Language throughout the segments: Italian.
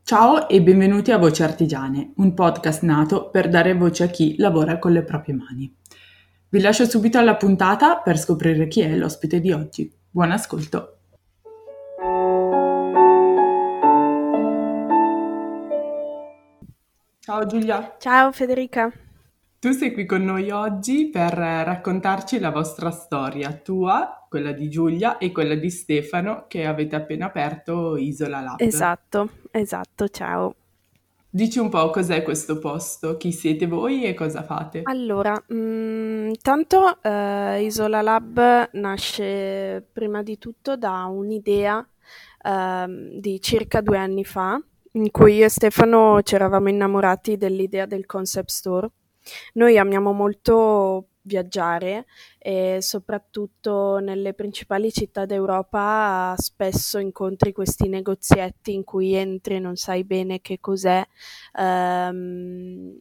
Ciao e benvenuti a Voci Artigiane, un podcast nato per dare voce a chi lavora con le proprie mani. Vi lascio subito alla puntata per scoprire chi è l'ospite di oggi. Buon ascolto! Ciao Giulia, Ciao Federica. tu sei qui con noi oggi per raccontarci la vostra storia, tua, quella di Giulia e quella di Stefano che avete appena aperto Isola Lab. Esatto, ciao. Dici un po' cos'è questo posto, chi siete voi e cosa fate? Allora, intanto Isola Lab nasce prima di tutto da un'idea di circa 2 anni fa, in cui io e Stefano ci eravamo innamorati dell'idea del concept store. Noi amiamo molto viaggiare e soprattutto nelle principali città d'Europa spesso incontri questi negozietti in cui entri e non sai bene che cos'è. Ehm,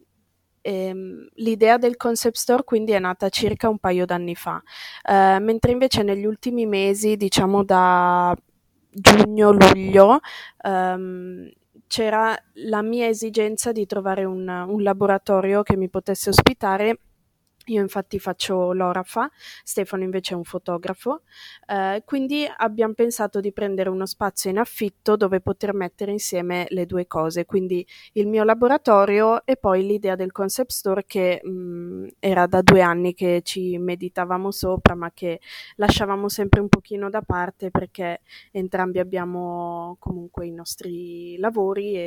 L'idea del concept store quindi è nata circa un paio d'anni fa, mentre invece negli ultimi mesi, diciamo da giugno-luglio, ehm, c'era la mia esigenza di trovare un laboratorio che mi potesse ospitare. Io infatti faccio l'orafa, Stefano invece è un fotografo, quindi abbiam pensato di prendere uno spazio in affitto dove poter mettere insieme le due cose, quindi il mio laboratorio e poi l'idea del concept store che era da 2 anni che ci meditavamo sopra, ma che lasciavamo sempre un pochino da parte perché entrambi abbiamo comunque i nostri lavori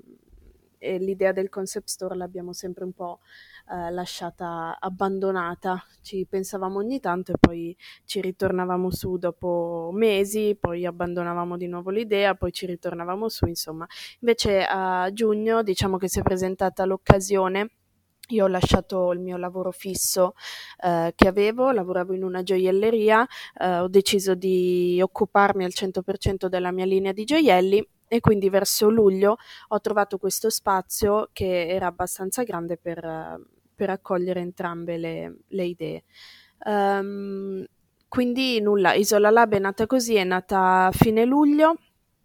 e l'idea del concept store l'abbiamo sempre un po' lasciata abbandonata. Ci pensavamo ogni tanto e poi ci ritornavamo su dopo mesi, poi abbandonavamo di nuovo l'idea, poi ci ritornavamo su, insomma. Invece a giugno diciamo che si è presentata l'occasione. Io ho lasciato il mio lavoro fisso che avevo, lavoravo in una gioielleria, ho deciso di occuparmi al 100% della mia linea di gioielli e quindi verso luglio ho trovato questo spazio che era abbastanza grande per accogliere entrambe le idee. Um, quindi nulla, Isola Lab è nata così, è nata a fine luglio.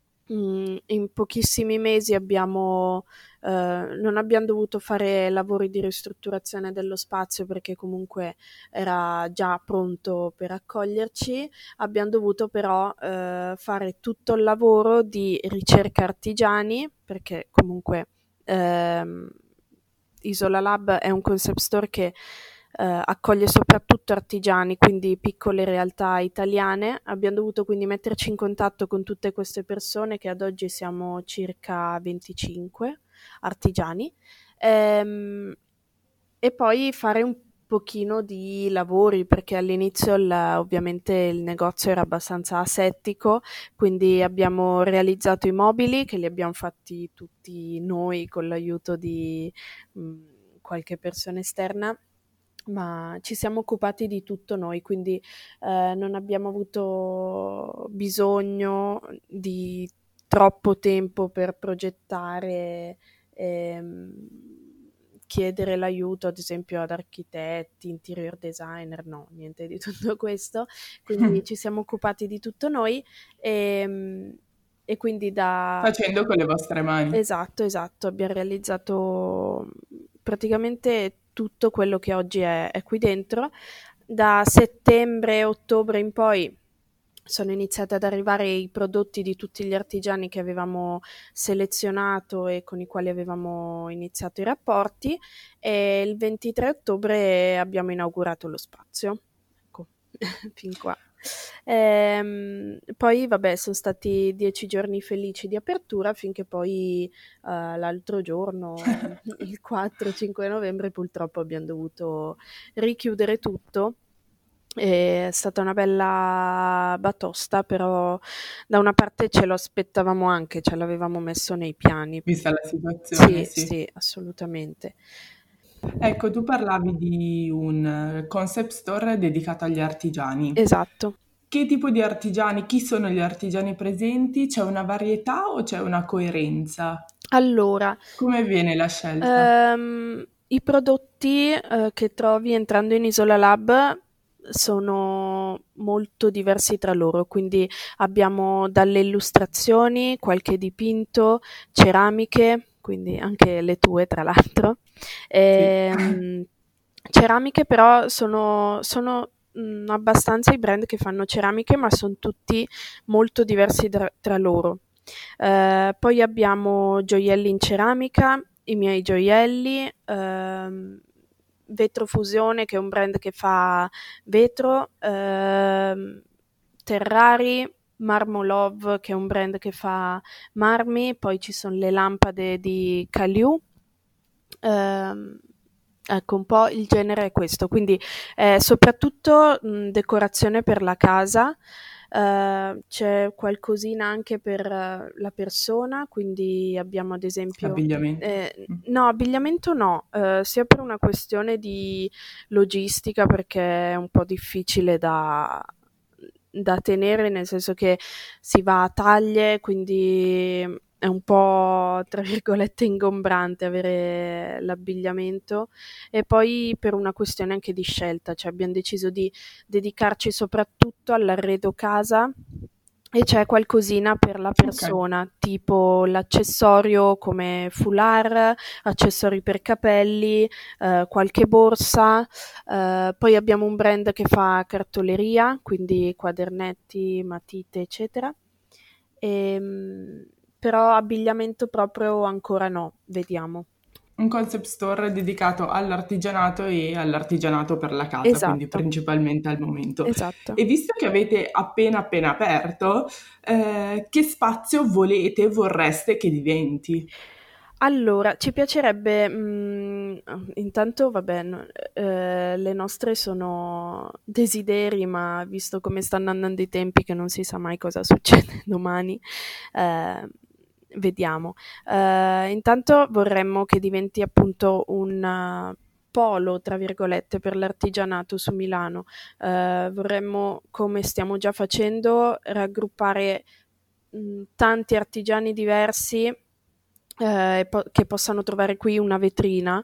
In pochissimi mesi non abbiamo dovuto fare lavori di ristrutturazione dello spazio perché comunque era già pronto per accoglierci. Abbiamo dovuto però fare tutto il lavoro di ricerca artigiani perché comunque ehm, Isola Lab è un concept store che accoglie soprattutto artigiani, quindi piccole realtà italiane. Abbiamo dovuto quindi metterci in contatto con tutte queste persone, che ad oggi siamo circa 25 artigiani, ehm, e poi fare un pochino di lavori, perché all'inizio ovviamente il negozio era abbastanza asettico, quindi abbiamo realizzato i mobili che li abbiamo fatti tutti noi con l'aiuto di qualche persona esterna, ma ci siamo occupati di tutto noi, quindi non abbiamo avuto bisogno di troppo tempo per progettare, chiedere l'aiuto ad esempio ad architetti, interior designer, no, niente di tutto questo, quindi ci siamo occupati di tutto noi e, e quindi da... Facendo con le vostre mani. Esatto, abbiamo realizzato praticamente tutto quello che oggi è qui dentro. Da settembre-ottobre in poi sono iniziati ad arrivare i prodotti di tutti gli artigiani che avevamo selezionato e con i quali avevamo iniziato i rapporti e il 23 ottobre abbiamo inaugurato lo spazio. Ecco, fin qua. Poi vabbè, sono stati 10 giorni felici di apertura finché poi l'altro giorno, il 4-5 novembre, purtroppo abbiamo dovuto richiudere tutto. È stata una bella batosta, però da una parte ce lo aspettavamo anche, ce l'avevamo messo nei piani. Vista la situazione, Sì, sì. sì, assolutamente. Ecco, tu parlavi di un concept store dedicato agli artigiani. Esatto. Che tipo di artigiani? Chi sono gli artigiani presenti? C'è una varietà o c'è una coerenza? Allora, Come avviene la scelta? i prodotti che trovi entrando in Isola Lab sono sono molto diversi tra loro, quindi abbiamo dalle illustrazioni, qualche dipinto, ceramiche, quindi anche le tue tra l'altro. Sì. Ceramiche però sono abbastanza i brand che fanno ceramiche, ma sono tutti molto diversi tra loro. Poi abbiamo gioielli in ceramica, i miei gioielli, Vetrofusione che è un brand che fa vetro, Terrari, Marmolove che è un brand che fa marmi, poi ci sono le lampade di Caliu. Ecco, un po' il genere è questo, quindi soprattutto decorazione per la casa, c'è qualcosina anche per la persona, quindi abbiamo ad esempio... Abbigliamento. no, abbigliamento no, sia per una questione di logistica perché è un po' difficile da tenere, nel senso che si va a taglie, quindi è un po', tra virgolette, ingombrante avere l'abbigliamento, e poi per una questione anche di scelta, cioè abbiamo deciso di dedicarci soprattutto all'arredo casa e c'è qualcosina per la Ok. persona, tipo l'accessorio come foulard, accessori per capelli, qualche borsa, poi abbiamo un brand che fa cartoleria, quindi quadernetti, matite, eccetera. Ehm, Però abbigliamento proprio ancora no, vediamo. Un concept store dedicato all'artigianato e all'artigianato per la casa, quindi Esatto, principalmente al momento. esatto. E visto che avete appena aperto, che spazio vorreste che diventi? Allora, ci piacerebbe, intanto vabbè, le nostre sono desideri, ma visto come stanno andando i tempi che non si sa mai cosa succede domani, ehm, vediamo. Intanto vorremmo che diventi appunto un "polo", tra virgolette, per l'artigianato su Milano. Vorremmo, come stiamo già facendo, raggruppare tanti artigiani diversi che possano trovare qui una vetrina,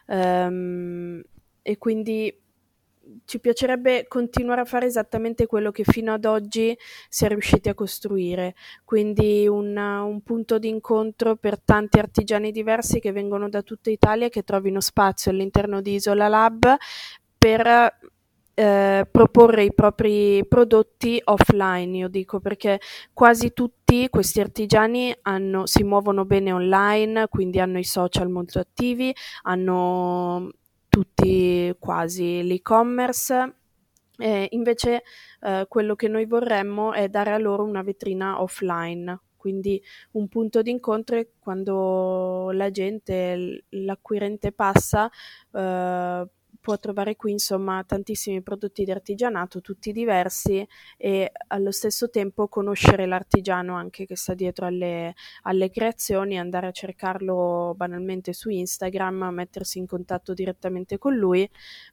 ehm, e quindi ci piacerebbe continuare a fare esattamente quello che fino ad oggi si è riusciti a costruire, quindi un punto di incontro per tanti artigiani diversi che vengono da tutta Italia e che trovino spazio all'interno di Isola Lab per proporre i propri prodotti offline, io dico, perché quasi tutti questi artigiani si muovono bene online, quindi hanno i social molto attivi, hanno tutti quasi l'e-commerce. Invece quello che noi vorremmo è dare a loro una vetrina offline, quindi un punto di incontro è quando la gente, l'acquirente passa, eh, può trovare qui insomma tantissimi prodotti di artigianato, tutti diversi, e allo stesso tempo conoscere l'artigiano anche che sta dietro alle creazioni, andare a cercarlo banalmente su Instagram, mettersi in contatto direttamente con lui.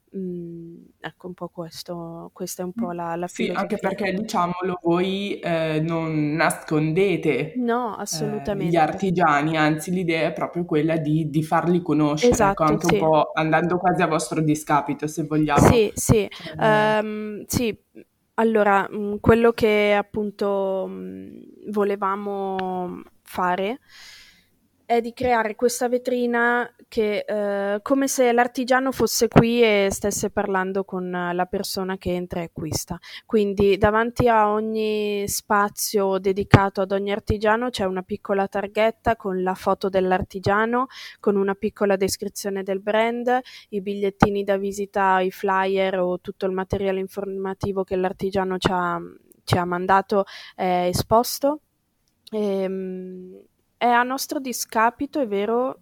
Ecco un po' questa è un po' la Sì, anche filosofia. perché diciamolo, voi non nascondete No, gli assolutamente. artigiani, anzi l'idea è proprio quella di farli conoscere, ecco, Esatto, anche un sì. po' andando quasi a vostro discapito, se vogliamo. Sì, sì, sì. Allora, quello che appunto volevamo fare è di creare questa vetrina che, come se l'artigiano fosse qui e stesse parlando con la persona che entra e acquista. Quindi davanti a ogni spazio dedicato ad ogni artigiano c'è una piccola targhetta con la foto dell'artigiano, con una piccola descrizione del brand, i bigliettini da visita, i flyer o tutto il materiale informativo che l'artigiano ci ha mandato è esposto. È a nostro discapito, è vero,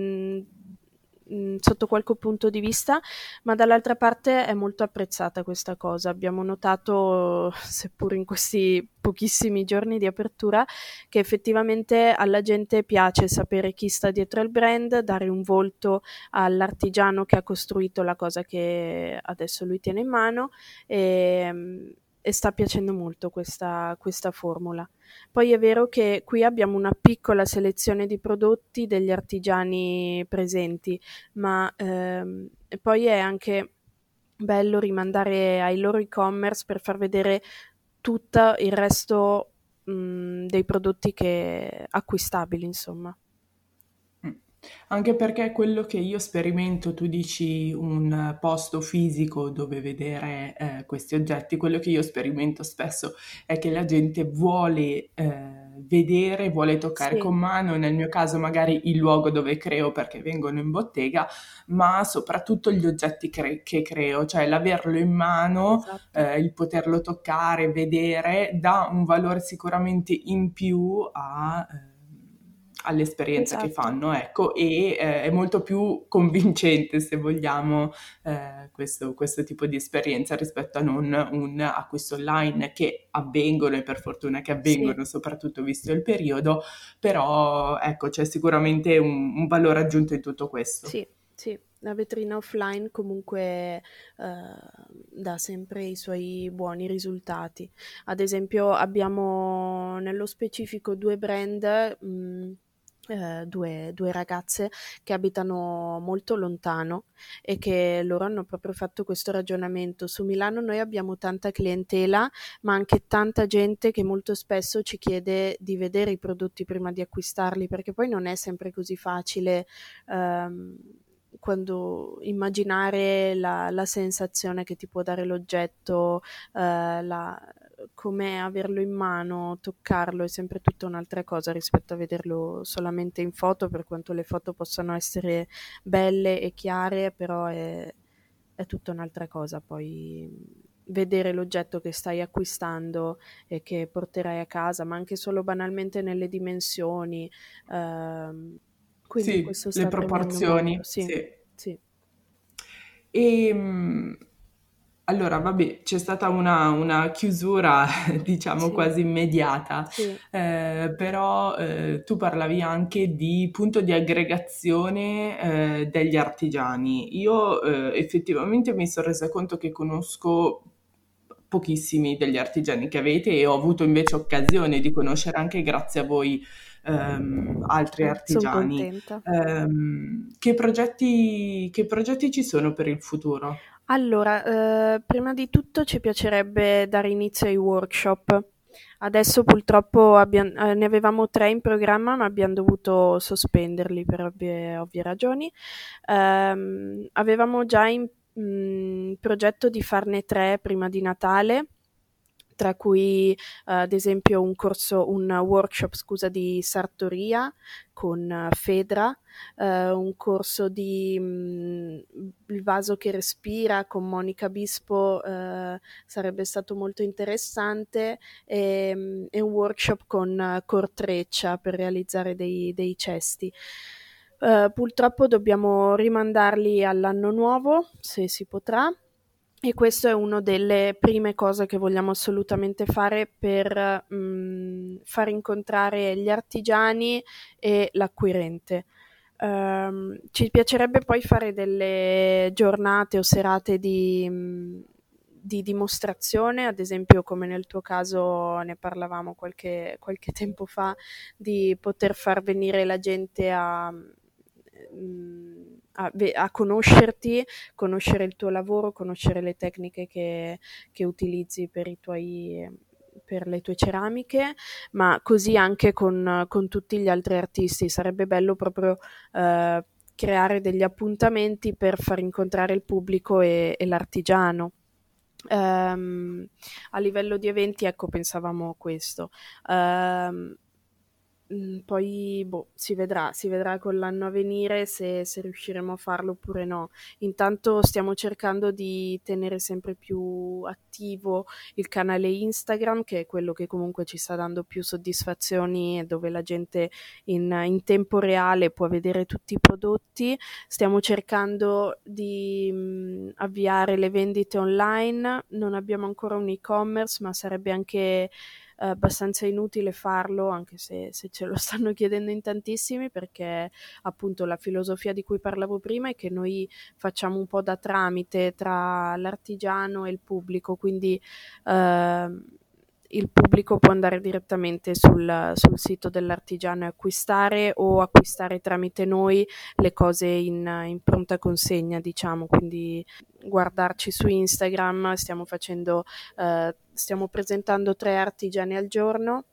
sotto qualche punto di vista, ma dall'altra parte è molto apprezzata questa cosa. Abbiamo notato, seppur in questi pochissimi giorni di apertura, che effettivamente alla gente piace sapere chi sta dietro al brand, dare un volto all'artigiano che ha costruito la cosa che adesso lui tiene in mano, e sta piacendo molto questa formula. Poi è vero che qui abbiamo una piccola selezione di prodotti degli artigiani presenti, ma poi è anche bello rimandare ai loro e-commerce per far vedere tutto il resto dei prodotti acquistabili, insomma. Mm. Anche perché quello che io sperimento, tu dici un posto fisico dove vedere questi oggetti, quello che io sperimento spesso è che la gente vuole vedere, vuole toccare Sì, con mano, nel mio caso magari il luogo dove creo perché vengono in bottega, ma soprattutto gli oggetti che creo, cioè l'averlo in mano, esatto, il poterlo toccare, vedere, dà un valore sicuramente in più all'esperienza che esatto. fanno, ecco, e è molto più convincente, se vogliamo, questo tipo di esperienza rispetto a non un acquisto online che avvengono e per fortuna che Sì, avvengono, soprattutto visto il periodo, però ecco, c'è sicuramente un valore aggiunto in tutto questo. sì, sì. La vetrina offline comunque dà sempre i suoi buoni risultati. Ad esempio abbiamo nello specifico due brand, due ragazze che abitano molto lontano e che loro hanno proprio fatto questo ragionamento. Su Milano noi abbiamo tanta clientela, ma anche tanta gente che molto spesso ci chiede di vedere i prodotti prima di acquistarli, perché poi non è sempre così facile ehm, quando immaginare la sensazione che ti può dare l'oggetto, com'è averlo in mano, toccarlo, è sempre tutta un'altra cosa rispetto a vederlo solamente in foto, per quanto le foto possano essere belle e chiare, però è tutta un'altra cosa poi vedere l'oggetto che stai acquistando e che porterai a casa, ma anche solo banalmente nelle dimensioni. ehm, quindi Sì, questo le sta premiando molto, proporzioni, sì, sì. sì, E allora, vabbè, c'è stata una chiusura, diciamo, sì, quasi immediata, sì, però tu parlavi anche di punto di aggregazione degli artigiani. Io effettivamente mi sono resa conto che conosco pochissimi degli artigiani che avete e ho avuto invece occasione di conoscere anche grazie a voi altri son artigiani. contenta. Che progetti ci sono per il futuro? Allora, prima di tutto ci piacerebbe dare inizio ai workshop. Adesso purtroppo ne avevamo 3 in programma, ma abbiam dovuto sospenderli per ovvie ragioni. Avevamo già in progetto di farne 3 prima di Natale, tra cui, ad esempio un workshop, scusa, di sartoria con Fedra, un corso di Il vaso che respira con Monica Bispo, sarebbe stato molto interessante, e un workshop con Cortreccia per realizzare dei cesti. Purtroppo dobbiamo rimandarli all'anno nuovo, se si potrà, e questo è una delle prime cose che vogliamo assolutamente fare per far incontrare gli artigiani e l'acquirente. Ci piacerebbe poi fare delle giornate o serate di dimostrazione, ad esempio come nel tuo caso ne parlavamo qualche tempo fa, di poter far venire la gente a conoscerti, conoscere il tuo lavoro, conoscere le tecniche che utilizzi per le tue ceramiche, ma così anche con tutti gli altri artisti. Sarebbe bello proprio creare degli appuntamenti per far incontrare il pubblico e l'artigiano. A livello di eventi, ecco, pensavamo a questo. Ehm, Poi boh, si vedrà con l'anno a venire se riusciremo a farlo oppure no. Intanto stiamo cercando di tenere sempre più attivo il canale Instagram, che è quello che comunque ci sta dando più soddisfazioni e dove la gente in tempo reale può vedere tutti i prodotti. Stiamo cercando di avviare le vendite online, non abbiamo ancora un e-commerce, ma sarebbe anche abbastanza inutile farlo, anche se ce lo stanno chiedendo in tantissimi, perché appunto la filosofia di cui parlavo prima è che noi facciamo un po' da tramite tra l'artigiano e il pubblico, quindi ehm, il pubblico può andare direttamente sul sito dell'artigiano e acquistare, o acquistare tramite noi le cose in pronta consegna, diciamo. Quindi guardarci su Instagram, stiamo presentando 3 artigiani al giorno,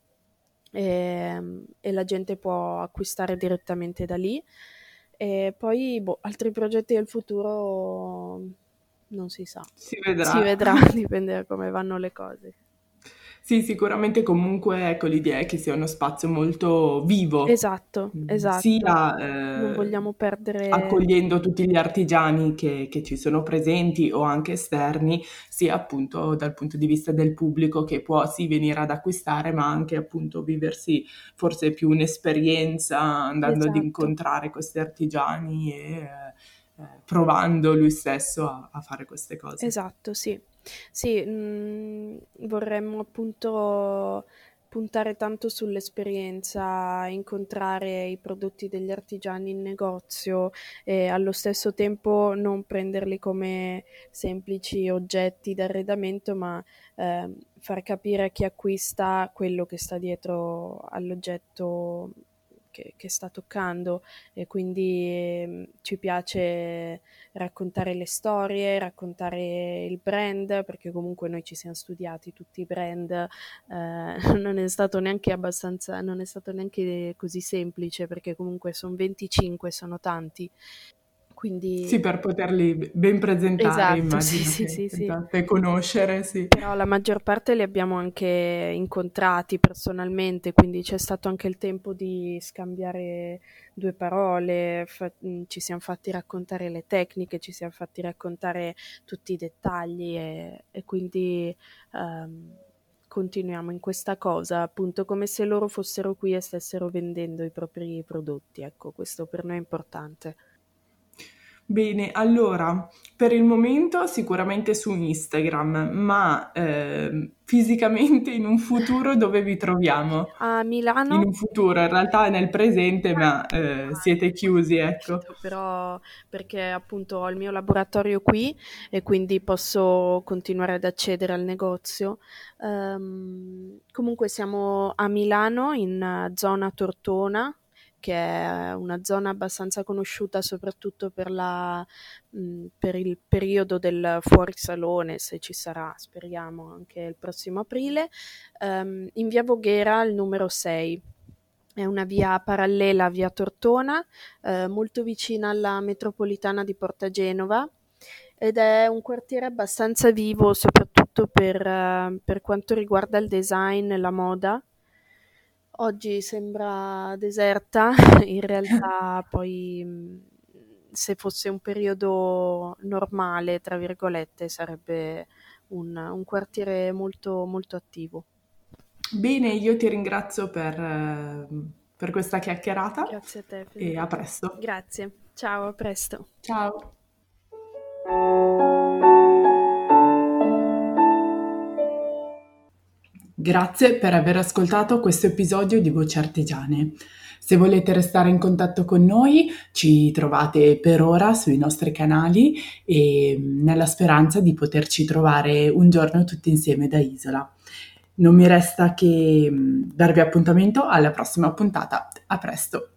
e la gente può acquistare direttamente da lì. E poi altri progetti del futuro non si sa. Si Si vedrà. vedrà, dipende da come vanno le cose. Sì, sicuramente comunque ecco l'idea è che sia uno spazio molto vivo, Esatto, esatto. sia Non vogliamo perdere. accogliendo tutti gli artigiani che ci sono presenti o anche esterni, sia appunto dal punto di vista del pubblico che può sì venire ad acquistare, ma anche appunto viversi forse più un'esperienza andando ad Esatto, incontrare questi artigiani e provando lui stesso a fare queste cose. esatto, sì. Sì, vorremmo appunto puntare tanto sull'esperienza, incontrare i prodotti degli artigiani in negozio e allo stesso tempo non prenderli come semplici oggetti d'arredamento, ma far capire a chi acquista quello che sta dietro all'oggetto che sta toccando. E quindi ci piace raccontare le storie, raccontare il brand, perché comunque noi ci siamo studiati tutti i brand, non è stato neanche così semplice, perché comunque sono 25, sono tanti. Sì, Quindi per poterli ben presentare esatto, sì, immagino sì, che sì, sì. esatto, e conoscere, sì. Però la maggior parte li abbiamo anche incontrati personalmente, quindi c'è stato anche il tempo di scambiare 2 parole, ci siam fatti raccontare le tecniche, ci siam fatti raccontare tutti i dettagli, e quindi continuiamo in questa cosa, appunto, come se loro fossero qui e stessero vendendo i propri prodotti. Ecco, questo per noi è importante. Bene, allora, per il momento sicuramente su Instagram, ma fisicamente in un futuro dove vi troviamo? A In Milano. un futuro, in realtà è nel presente, ma siete chiusi, ecco. Capito, però perché appunto ho il mio laboratorio qui e quindi posso continuare ad accedere al negozio. Comunque siamo a Milano, in zona Tortona, che è una zona abbastanza conosciuta soprattutto per il periodo del fuorisalone, se ci sarà, speriamo, anche il prossimo aprile. In via Voghera, il numero 6. È una via parallela a via Tortona, molto vicina alla metropolitana di Porta Genova, ed è un quartiere abbastanza vivo, soprattutto per quanto riguarda il design e la moda. Oggi sembra deserta, in realtà poi se fosse un periodo normale, tra virgolette, sarebbe un quartiere molto, molto attivo. Bene, io ti ringrazio per questa chiacchierata Grazie a te, e a Federica. presto. Grazie. Ciao, a presto. Ciao. Grazie per aver ascoltato questo episodio di Voci Artigiane. Se volete restare in contatto con noi, ci trovate per ora sui nostri canali e nella speranza di poterci trovare un giorno tutti insieme da Isola. Non mi resta che darvi appuntamento alla prossima puntata. A presto!